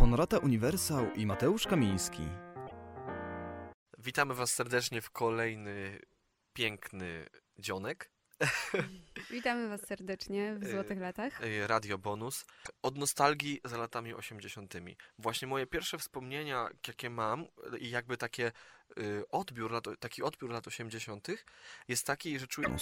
Honorata Uniwersał i Mateusz Kamiński. Witamy Was serdecznie w kolejny piękny dzionek. Witamy Was serdecznie w złotych latach. Radio Bonus. Od nostalgii za latami 80. Właśnie moje pierwsze wspomnienia, jakie mam i jakby taki odbiór lat 80. jest taki, że czuję...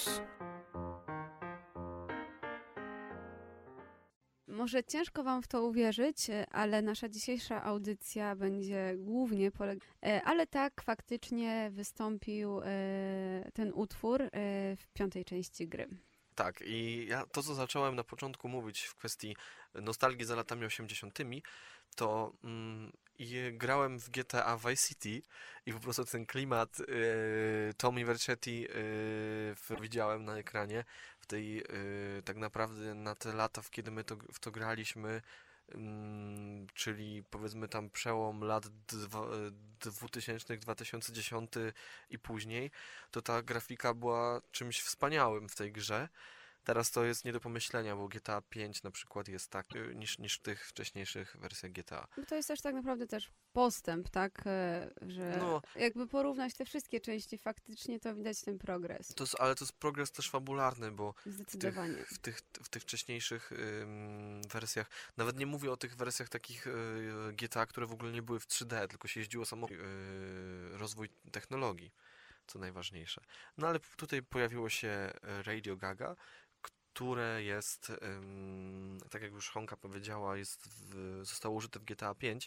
Może ciężko Wam w to uwierzyć, ale nasza dzisiejsza audycja będzie głównie ale tak faktycznie wystąpił ten utwór w 5. części gry. Tak, i ja to, co zacząłem na początku mówić w kwestii nostalgii za latami 80., to grałem w GTA Vice City i po prostu ten klimat Tommy Vercetti widziałem na ekranie w tej tak naprawdę na te lata, kiedy my w to graliśmy, czyli powiedzmy tam przełom lat 2000, 2010 i później, to ta grafika była czymś wspaniałym w tej grze. Teraz to jest nie do pomyślenia, bo GTA 5 na przykład jest tak niż w tych wcześniejszych wersjach GTA. To jest też tak naprawdę też postęp, tak? Że jakby porównać te wszystkie części, faktycznie to widać ten progres. Ale to jest progres też fabularny, bo zdecydowanie. W tych wcześniejszych wersjach, nawet nie mówię o tych wersjach takich GTA, które w ogóle nie były w 3D, tylko się jeździło rozwój technologii, co najważniejsze. No ale tutaj pojawiło się Radio Gaga, które jest, tak jak już Honka powiedziała, zostało użyte w GTA 5,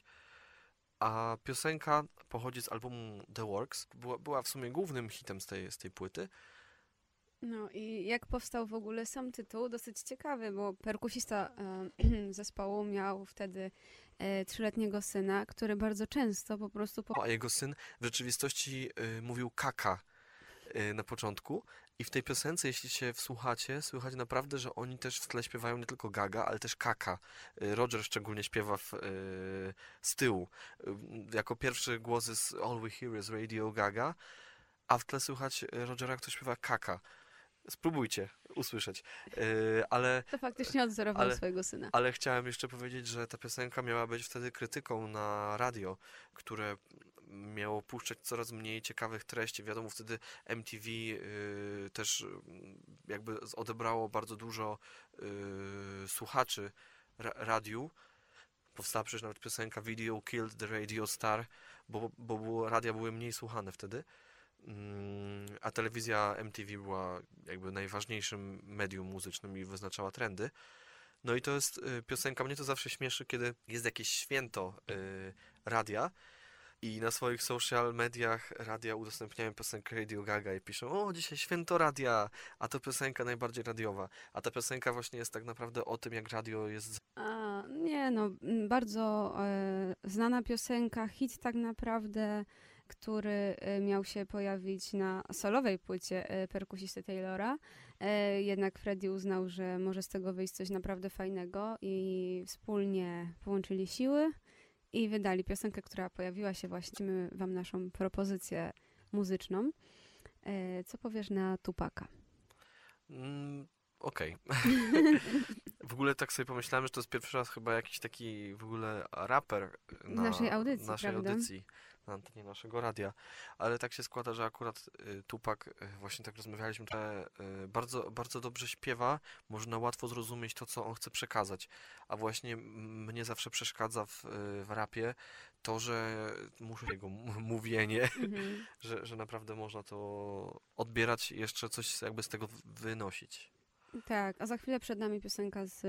a piosenka pochodzi z albumu The Works. Była w sumie głównym hitem z tej płyty. No i jak powstał w ogóle sam tytuł, dosyć ciekawy, bo perkusista zespołu miał wtedy 3-letniego syna, który bardzo często po prostu... A jego syn w rzeczywistości mówił kaka na początku i w tej piosence, jeśli się wsłuchacie, słychać naprawdę, że oni też w tle śpiewają nie tylko Gaga, ale też kaka. Roger szczególnie śpiewa z tyłu. Jako pierwszy głos jest All We Hear is Radio Gaga, a w tle słychać Rogera, kto śpiewa kaka. Spróbujcie usłyszeć. Ale to faktycznie odzorował swojego syna. Ale chciałem jeszcze powiedzieć, że ta piosenka miała być wtedy krytyką na radio, które miało puszczać coraz mniej ciekawych treści. Wiadomo, wtedy MTV też jakby odebrało bardzo dużo słuchaczy radiu. Powstała przecież nawet piosenka Video Killed the Radio Star, bo radia były mniej słuchane wtedy. A telewizja MTV była jakby najważniejszym medium muzycznym i wyznaczała trendy. No i to jest piosenka, mnie to zawsze śmieszy, kiedy jest jakieś święto radia i na swoich social mediach radia udostępniają piosenkę Radio Gaga i piszą: o, dzisiaj święto radia, a to piosenka najbardziej radiowa. A ta piosenka właśnie jest tak naprawdę o tym, jak radio jest... Bardzo znana piosenka, hit tak naprawdę, który miał się pojawić na solowej płycie perkusisty Taylora. Jednak Freddie uznał, że może z tego wyjść coś naprawdę fajnego i wspólnie połączyli siły i wydali piosenkę, która pojawiła się właśnie. Wam naszą propozycję muzyczną. Co powiesz na Tupaka? Okej. W ogóle tak sobie pomyślałem, że to jest pierwszy raz chyba jakiś taki w ogóle raper na naszej audycji, na antenie naszego radia. Ale tak się składa, że akurat Tupac, właśnie tak rozmawialiśmy, że bardzo, bardzo dobrze śpiewa, można łatwo zrozumieć to, co on chce przekazać. A właśnie mnie zawsze przeszkadza w rapie to, że muszę jego mówienie, że naprawdę można to odbierać i jeszcze coś jakby z tego wynosić. Tak, a za chwilę przed nami piosenka z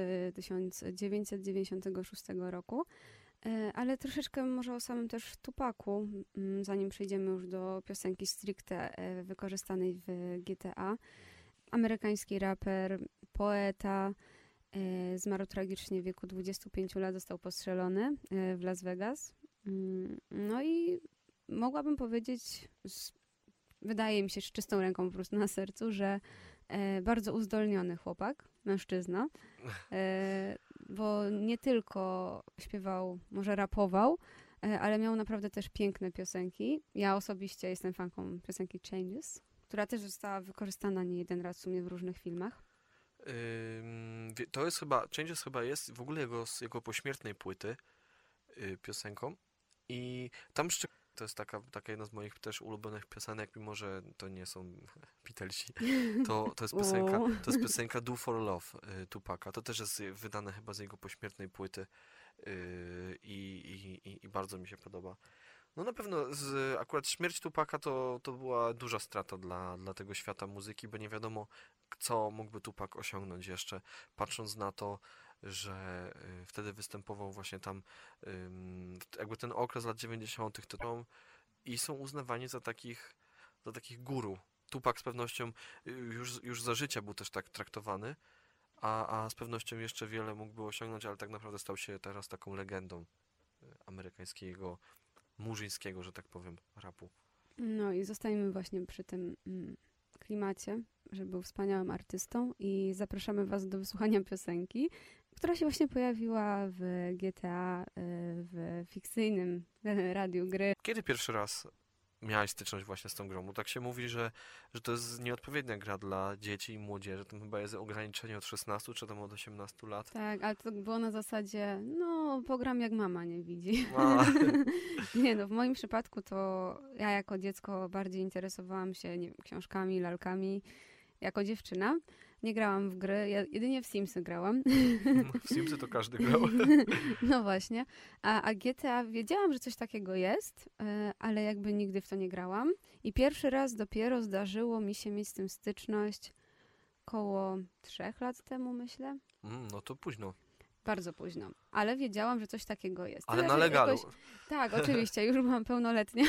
1996 roku, ale troszeczkę może o samym też Tupacu, zanim przejdziemy już do piosenki stricte wykorzystanej w GTA. Amerykański raper, poeta, zmarł tragicznie w wieku 25 lat, został postrzelony w Las Vegas. No i mogłabym powiedzieć, wydaje mi się z czystą ręką po prostu na sercu, że bardzo uzdolniony chłopak, mężczyzna, bo nie tylko śpiewał, może rapował, ale miał naprawdę też piękne piosenki. Ja osobiście jestem fanką piosenki Changes, która też została wykorzystana nie jeden raz w sumie w różnych filmach. To jest chyba, Changes chyba jest w ogóle jego pośmiertnej płyty piosenką i tam to jest taka jedna z moich też ulubionych piosenek, mimo że to nie są Beatlesi. To jest piosenka Do For Love Tupaca. To też jest wydane chyba z jego pośmiertnej płyty i bardzo mi się podoba. No na pewno akurat śmierć Tupaca to była duża strata dla tego świata muzyki, bo nie wiadomo, co mógłby Tupac osiągnąć jeszcze, patrząc na to, że wtedy występował właśnie tam jakby ten okres lat 90. i są uznawani za takich guru. Tupac z pewnością już za życia był też tak traktowany, a z pewnością jeszcze wiele mógłby osiągnąć, ale tak naprawdę stał się teraz taką legendą amerykańskiego, murzyńskiego, że tak powiem, rapu. No i zostańmy właśnie przy tym klimacie, że był wspaniałym artystą i zapraszamy was do wysłuchania piosenki, która się właśnie pojawiła w GTA, w fikcyjnym radiu gry. Kiedy pierwszy raz miałeś styczność właśnie z tą grą? Bo tak się mówi, że to jest nieodpowiednia gra dla dzieci i młodzieży. Tam chyba jest ograniczenie od 16 czy tam od 18 lat. Tak, ale to było na zasadzie, no pogram jak mama nie widzi. Nie no, w moim przypadku to ja jako dziecko bardziej interesowałam się nie wiem, książkami, lalkami. Jako dziewczyna nie grałam w gry, ja jedynie w Simsy grałam. W Simsy to każdy grał. No właśnie. A GTA wiedziałam, że coś takiego jest, ale jakby nigdy w to nie grałam. I pierwszy raz dopiero zdarzyło mi się mieć z tym styczność koło 3 lat temu, myślę. No to późno. Bardzo późno. Ale wiedziałam, że coś takiego jest. Ale Tyle, na że legalu. Tak, oczywiście. Już byłam pełnoletnia.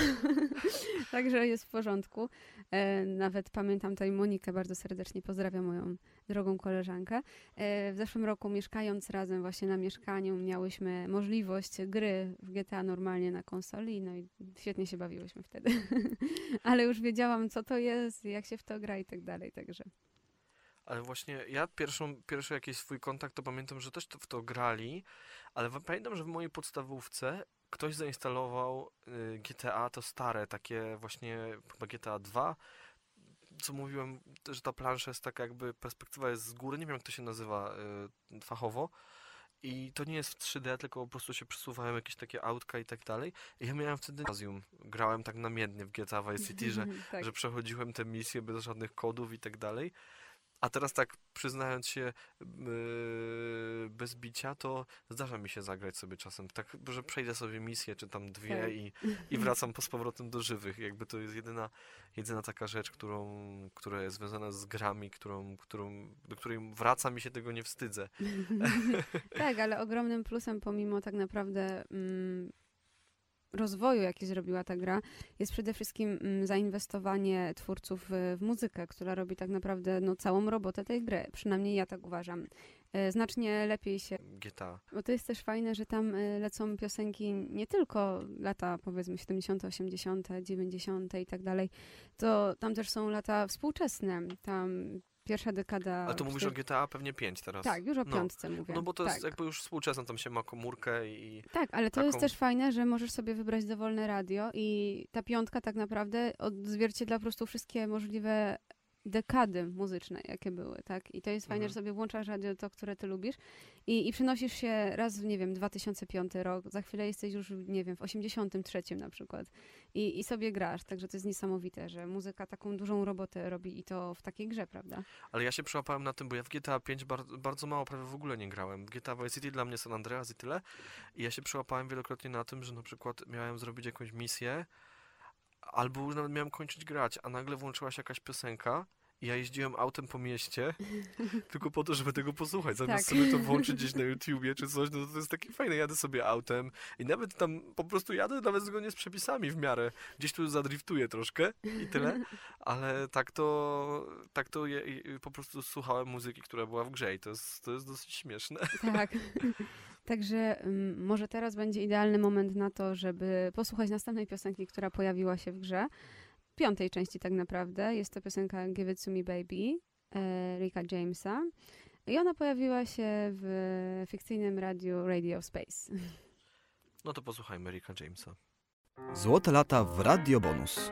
Także jest w porządku. Nawet pamiętam tutaj Monikę bardzo serdecznie. Pozdrawiam moją drogą koleżankę. W zeszłym roku mieszkając razem właśnie na mieszkaniu miałyśmy możliwość gry w GTA normalnie na konsoli. No i świetnie się bawiłyśmy wtedy. Ale już wiedziałam, co to jest, jak się w to gra i tak dalej. Także... Ale właśnie ja pierwszy jakiś swój kontakt to pamiętam, że też w to grali, ale pamiętam, że w mojej podstawówce ktoś zainstalował GTA, to stare, takie właśnie chyba GTA 2, co mówiłem, że ta plansza jest taka jakby, perspektywa jest z góry, nie wiem jak to się nazywa fachowo. I to nie jest w 3D, tylko po prostu się przesuwają jakieś takie autka i tak dalej. I ja miałem wtedy gimnazjum. Grałem tak namiętnie w GTA Vice City, Tak. że przechodziłem te misje bez żadnych kodów i tak dalej. A teraz tak przyznając się bez bicia, to zdarza mi się zagrać sobie czasem. Tak, że przejdę sobie misję, czy tam dwie Tak. i wracam z powrotem do żywych. Jakby to jest jedyna taka rzecz, która jest związana z grami, do której wracam i się tego nie wstydzę. Tak, ale ogromnym plusem pomimo tak naprawdę rozwoju, jaki zrobiła ta gra, jest przede wszystkim zainwestowanie twórców w muzykę, która robi tak naprawdę no, całą robotę tej gry. Przynajmniej ja tak uważam. Znacznie lepiej się... GTA. Bo to jest też fajne, że tam lecą piosenki nie tylko lata powiedzmy 70., 80., 90. i tak dalej, to tam też są lata współczesne. Tam pierwsza dekada... Ale to mówisz o GTA pewnie 5 teraz. Tak, już o 5 mówię. No bo to tak. jest jakby już współczesne, tam się ma komórkę i... Tak, ale to jest też fajne, że możesz sobie wybrać dowolne radio i ta 5 tak naprawdę odzwierciedla po prostu wszystkie możliwe dekady muzyczne, jakie były, tak? I to jest fajne, że sobie włączasz radio to, które ty lubisz i przenosisz się raz w, nie wiem, 2005 rok, za chwilę jesteś już, nie wiem, w 83 na przykład i sobie grasz, także to jest niesamowite, że muzyka taką dużą robotę robi i to w takiej grze, prawda? Ale ja się przełapałem na tym, bo ja w GTA 5 bardzo mało, prawie w ogóle nie grałem. W GTA Vice City dla mnie San Andreas i tyle. I ja się przełapałem wielokrotnie na tym, że na przykład miałem zrobić jakąś misję, albo już nawet miałem kończyć grać, a nagle włączyła się jakaś piosenka i ja jeździłem autem po mieście tylko po to, żeby tego posłuchać. Zamiast sobie to włączyć gdzieś na YouTubie czy coś, no to jest takie fajne. Jadę sobie autem i nawet tam po prostu jadę nawet zgodnie z przepisami w miarę. Gdzieś tu zadriftuję troszkę i tyle, ale tak to po prostu słuchałem muzyki, która była w grze i to jest dosyć śmieszne. Tak. Także może teraz będzie idealny moment na to, żeby posłuchać następnej piosenki, która pojawiła się w grze. 5. części tak naprawdę. Jest to piosenka Give It To Me Baby Ricka Jamesa. I ona pojawiła się w fikcyjnym radiu Radio Space. No to posłuchajmy Ricka Jamesa. Złote lata w Radio Bonus.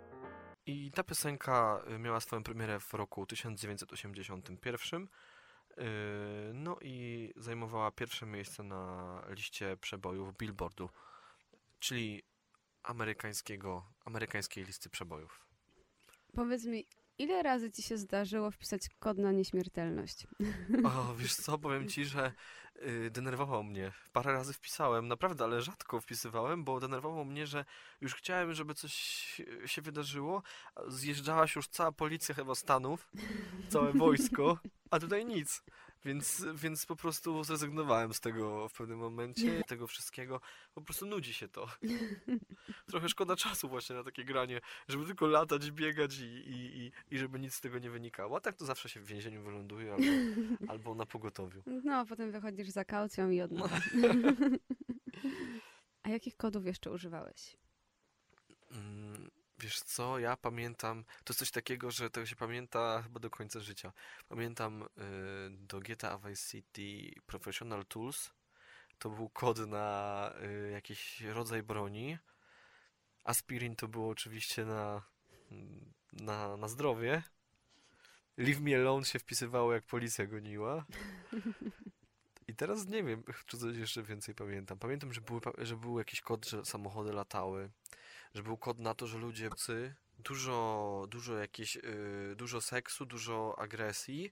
I ta piosenka miała swoją premierę w roku 1981. No i zajmowała pierwsze miejsce na liście przebojów Billboardu, czyli amerykańskiej listy przebojów. Powiedz mi, ile razy ci się zdarzyło wpisać kod na nieśmiertelność? O, wiesz co, powiem ci, że denerwował mnie. Parę razy wpisałem, naprawdę, ale rzadko wpisywałem, bo denerwowało mnie, że już chciałem, żeby coś się wydarzyło. Zjeżdżała się już cała policja chyba Stanów, całe wojsko, a tutaj nic. Więc po prostu zrezygnowałem z tego w pewnym momencie, tego wszystkiego. Po prostu nudzi się to. Trochę szkoda czasu właśnie na takie granie, żeby tylko latać, biegać i żeby nic z tego nie wynikało. A tak to zawsze się w więzieniu wyląduje albo na pogotowiu. No, a potem wychodzisz za kaucją i od nowa. A jakich kodów jeszcze używałeś? Wiesz co, ja pamiętam, to jest coś takiego, że tego się pamięta chyba do końca życia. Pamiętam do GTA Vice City Professional Tools, to był kod na jakiś rodzaj broni. Aspirin to było oczywiście na zdrowie. Leave me alone się wpisywało, jak policja goniła. I teraz nie wiem, czy coś jeszcze więcej pamiętam. Pamiętam, że był jakiś kod, że samochody latały, że był kod na to, że ludzie dużo seksu, dużo agresji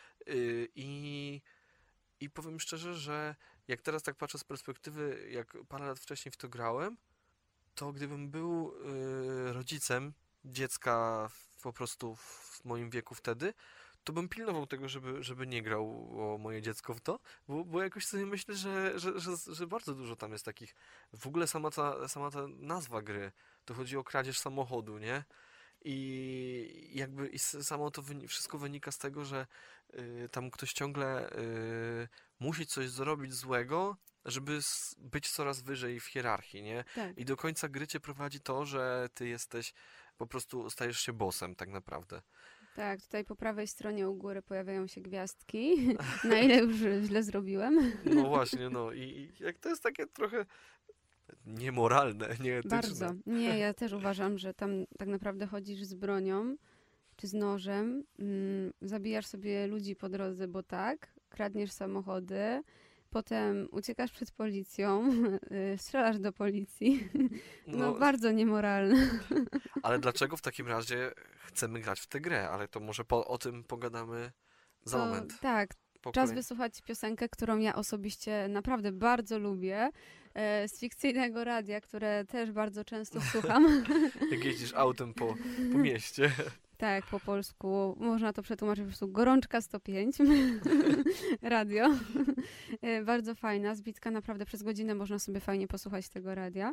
i powiem szczerze, że jak teraz tak patrzę z perspektywy, jak parę lat wcześniej w to grałem, to gdybym był rodzicem dziecka po prostu w moim wieku wtedy, to bym pilnował tego, żeby nie grało moje dziecko w to, bo jakoś sobie myślę, że bardzo dużo tam jest takich. W ogóle sama ta nazwa gry, to chodzi o kradzież samochodu, nie? I jakby samo to wszystko wynika z tego, że tam ktoś ciągle musi coś zrobić złego, żeby być coraz wyżej w hierarchii, nie? Tak. I do końca gry cię prowadzi to, że ty po prostu stajesz się bossem tak naprawdę. Tak, tutaj po prawej stronie u góry pojawiają się gwiazdki, na ile już źle zrobiłem. No właśnie, no i jak to jest takie trochę niemoralne, nieetyczne. Bardzo. Nie, ja też uważam, że tam tak naprawdę chodzisz z bronią czy z nożem, zabijasz sobie ludzi po drodze, bo tak, kradniesz samochody, potem uciekasz przed policją, strzelasz do policji. No bardzo niemoralne. Ale dlaczego w takim razie chcemy grać w tę grę? Ale to może o tym pogadamy za moment. Tak, czas wysłuchać piosenkę, którą ja osobiście naprawdę bardzo lubię, z fikcyjnego radia, które też bardzo często słucham. Jak jeździsz autem po mieście. Tak, po polsku. Można to przetłumaczyć po prostu Gorączka 105. Radio. Bardzo fajna. Zbitka naprawdę przez godzinę można sobie fajnie posłuchać tego radia.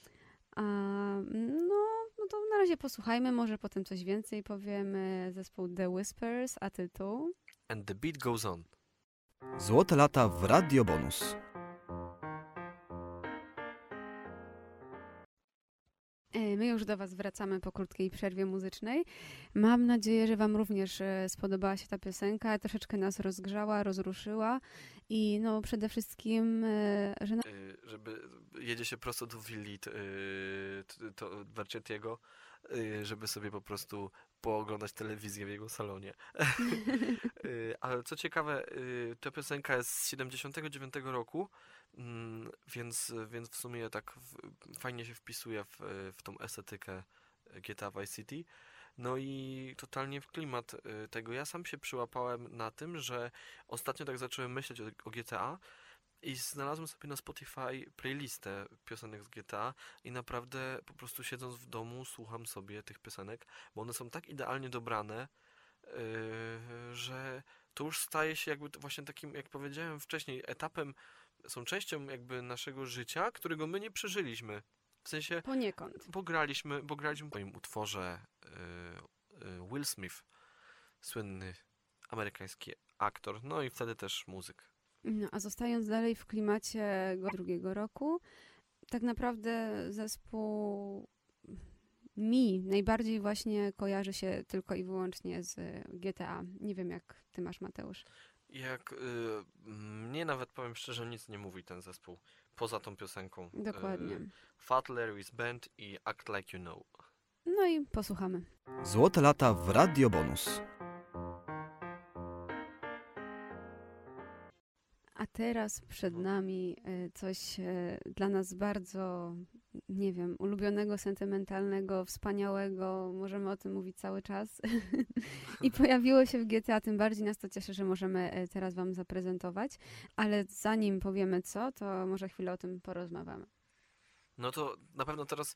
No to na razie posłuchajmy, może potem coś więcej powiemy. Zespół The Whispers, a tytuł And the beat goes on. Złote lata w Radio Bonus. My już do Was wracamy po krótkiej przerwie muzycznej. Mam nadzieję, że Wam również spodobała się ta piosenka, troszeczkę nas rozgrzała, rozruszyła i no przede wszystkim, że... Żeby jedzie się prosto do willi Vercettiego, żeby sobie po prostu pooglądać telewizję w jego salonie. Ale co ciekawe, ta piosenka jest z 79 roku, więc w sumie tak fajnie się wpisuje w tą estetykę GTA Vice City. No i totalnie w klimat tego. Ja sam się przyłapałem na tym, że ostatnio tak zacząłem myśleć o GTA i znalazłem sobie na Spotify playlistę piosenek z GTA i naprawdę po prostu siedząc w domu słucham sobie tych piosenek, bo one są tak idealnie dobrane, że to już staje się jakby właśnie takim, jak powiedziałem wcześniej, etapem, są częścią jakby naszego życia, którego my nie przeżyliśmy. W sensie poniekąd. Bo graliśmy w moim utworze Will Smith, słynny amerykański aktor, no i wtedy też muzyk. No, a zostając dalej w klimacie drugiego roku, tak naprawdę zespół mi najbardziej właśnie kojarzy się tylko i wyłącznie z GTA. Nie wiem, jak ty masz, Mateusz. Mnie nawet, powiem szczerze, nic nie mówi ten zespół, poza tą piosenką. Dokładnie. Fat Larry's Band i Act Like You Know. No i posłuchamy. Złote lata w Radio Bonus. teraz przed No. nami coś dla nas bardzo, nie wiem, ulubionego, sentymentalnego, wspaniałego. Możemy o tym mówić cały czas. I pojawiło się w GTA, tym bardziej nas to cieszy, że możemy teraz wam zaprezentować. Ale zanim powiemy co, to może chwilę o tym porozmawiamy. No to na pewno teraz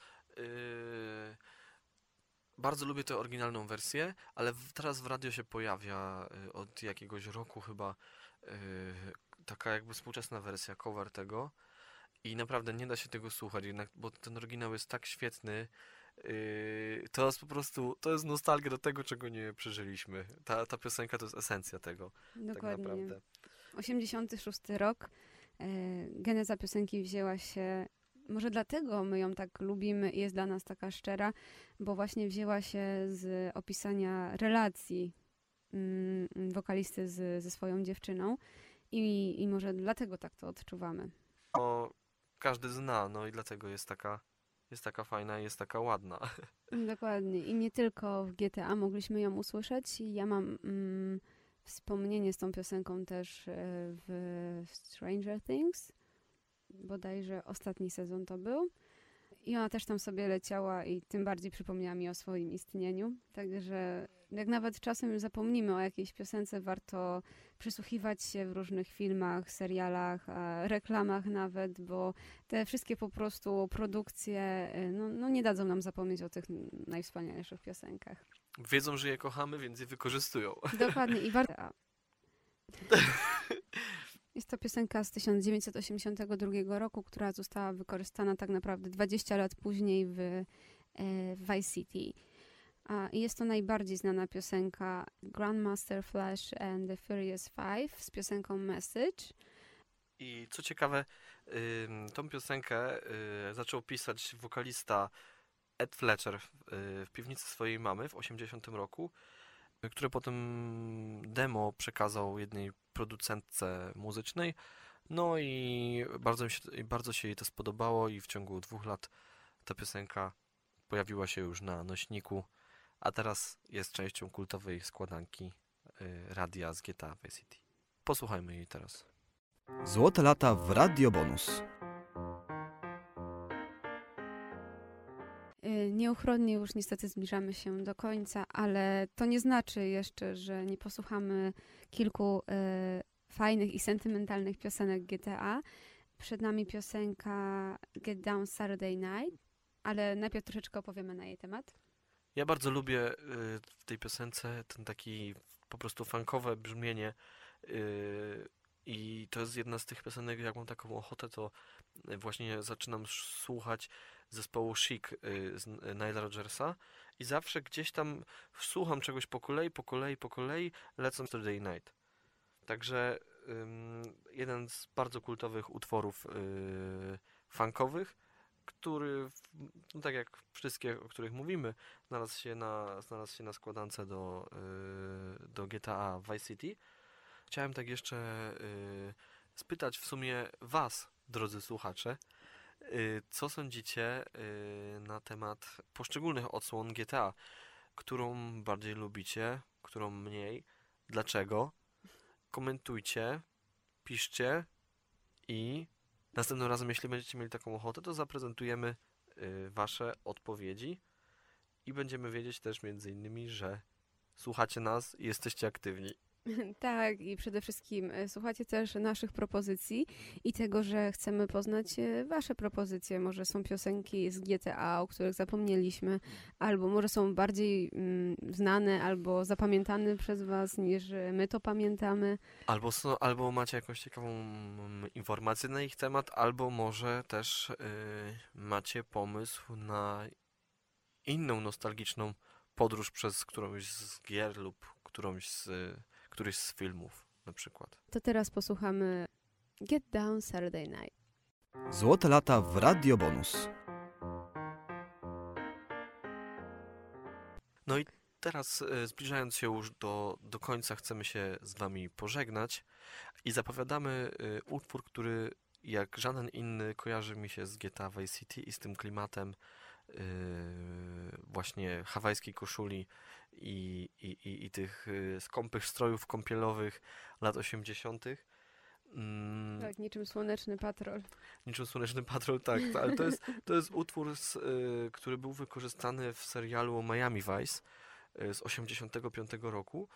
bardzo lubię tę oryginalną wersję, ale teraz w radio się pojawia od jakiegoś roku chyba yy, taka jakby współczesna wersja, cover tego i naprawdę nie da się tego słuchać, jednak, bo ten oryginał jest tak świetny. To jest po prostu, to jest nostalgia do tego, czego nie przeżyliśmy. Ta piosenka to jest esencja tego, tak Dokładnie. naprawdę. 86 rok. Geneza piosenki wzięła się, może dlatego my ją tak lubimy i jest dla nas taka szczera, bo właśnie wzięła się z opisania relacji wokalisty ze swoją dziewczyną i może dlatego tak to odczuwamy. No, każdy zna, no i dlatego jest taka fajna i jest taka ładna. Dokładnie. I nie tylko w GTA mogliśmy ją usłyszeć. Ja mam wspomnienie z tą piosenką też w Stranger Things. Bodajże ostatni sezon to był. I ona też tam sobie leciała i tym bardziej przypomniała mi o swoim istnieniu. Także jak nawet czasem zapomnimy o jakiejś piosence, warto przysłuchiwać się w różnych filmach, serialach, reklamach nawet, bo te wszystkie po prostu produkcje no nie dadzą nam zapomnieć o tych najwspanialszych piosenkach. Wiedzą, że je kochamy, więc je wykorzystują. Dokładnie i warto. Jest to piosenka z 1982 roku, która została wykorzystana tak naprawdę 20 lat później w Vice City. I jest to najbardziej znana piosenka Grandmaster Flash and the Furious Five z piosenką Message. I co ciekawe, tą piosenkę zaczął pisać wokalista Ed Fletcher w piwnicy swojej mamy w 80 roku, który potem demo przekazał jednej producentce muzycznej. No i bardzo się jej to spodobało i w ciągu 2 lat ta piosenka pojawiła się już na nośniku, a teraz jest częścią kultowej składanki radia z GTA Vice City. Posłuchajmy jej teraz. Złote lata w Radio Bonus. Nieuchronnie już niestety zbliżamy się do końca, ale to nie znaczy jeszcze, że nie posłuchamy kilku fajnych i sentymentalnych piosenek GTA. Przed nami piosenka Get Down Saturday Night, ale najpierw troszeczkę opowiemy na jej temat. Ja bardzo lubię w tej piosence ten taki po prostu funkowe brzmienie i to jest jedna z tych piosenek, jak mam taką ochotę, to właśnie zaczynam słuchać zespołu Chic z Nile Rodgersa i zawsze gdzieś tam słucham czegoś po kolei, lecą Saturday Night. Także jeden z bardzo kultowych utworów funkowych, który, no tak jak wszystkie, o których mówimy, znalazł się na składance do GTA Vice City. Chciałem tak jeszcze spytać w sumie was, drodzy słuchacze, co sądzicie na temat poszczególnych odsłon GTA? Którą bardziej lubicie, którą mniej? Dlaczego? Komentujcie, piszcie i następnym razem, jeśli będziecie mieli taką ochotę, to zaprezentujemy wasze odpowiedzi i będziemy wiedzieć też między innymi, że słuchacie nas i jesteście aktywni. Tak, i przede wszystkim słuchajcie też naszych propozycji i tego, że chcemy poznać wasze propozycje. Może są piosenki z GTA, o których zapomnieliśmy, albo może są bardziej znane, albo zapamiętane przez was, niż my to pamiętamy. Albo macie jakąś ciekawą informację na ich temat, albo może też macie pomysł na inną nostalgiczną podróż przez którąś z gier lub któryś z filmów na przykład. To teraz posłuchamy Get Down Saturday Night. Złote lata w Radio Bonus. No i teraz zbliżając się już do końca chcemy się z wami pożegnać i zapowiadamy utwór, który jak żaden inny kojarzy mi się z GTA Vice City i z tym klimatem właśnie hawajskiej koszuli i tych skąpych strojów kąpielowych lat 80. Tak, niczym Słoneczny Patrol. Niczym Słoneczny Patrol, tak, ale to jest utwór, który był wykorzystany w serialu Miami Vice z 1985 roku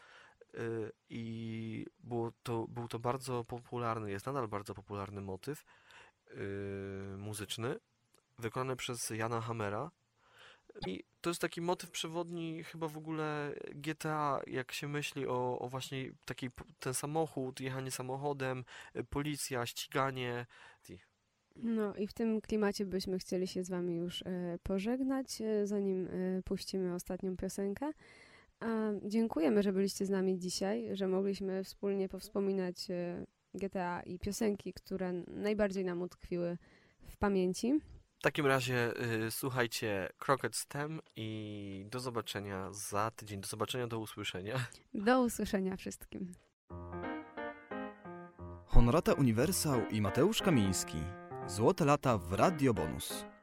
i był to bardzo popularny, jest nadal bardzo popularny motyw muzyczny, wykonany przez Jana Hammera. I to jest taki motyw przewodni chyba w ogóle GTA, jak się myśli o właśnie takiej, ten samochód, jechanie samochodem, policja, ściganie. No i w tym klimacie byśmy chcieli się z wami już pożegnać, zanim puścimy ostatnią piosenkę. Dziękujemy, że byliście z nami dzisiaj, że mogliśmy wspólnie powspominać GTA i piosenki, które najbardziej nam utkwiły w pamięci. W takim razie słuchajcie Crooked Stem i do zobaczenia za tydzień. Do zobaczenia, do usłyszenia. Do usłyszenia wszystkim. Honorata Uniwersał i Mateusz Kamiński. Złote lata w Radio Bonus.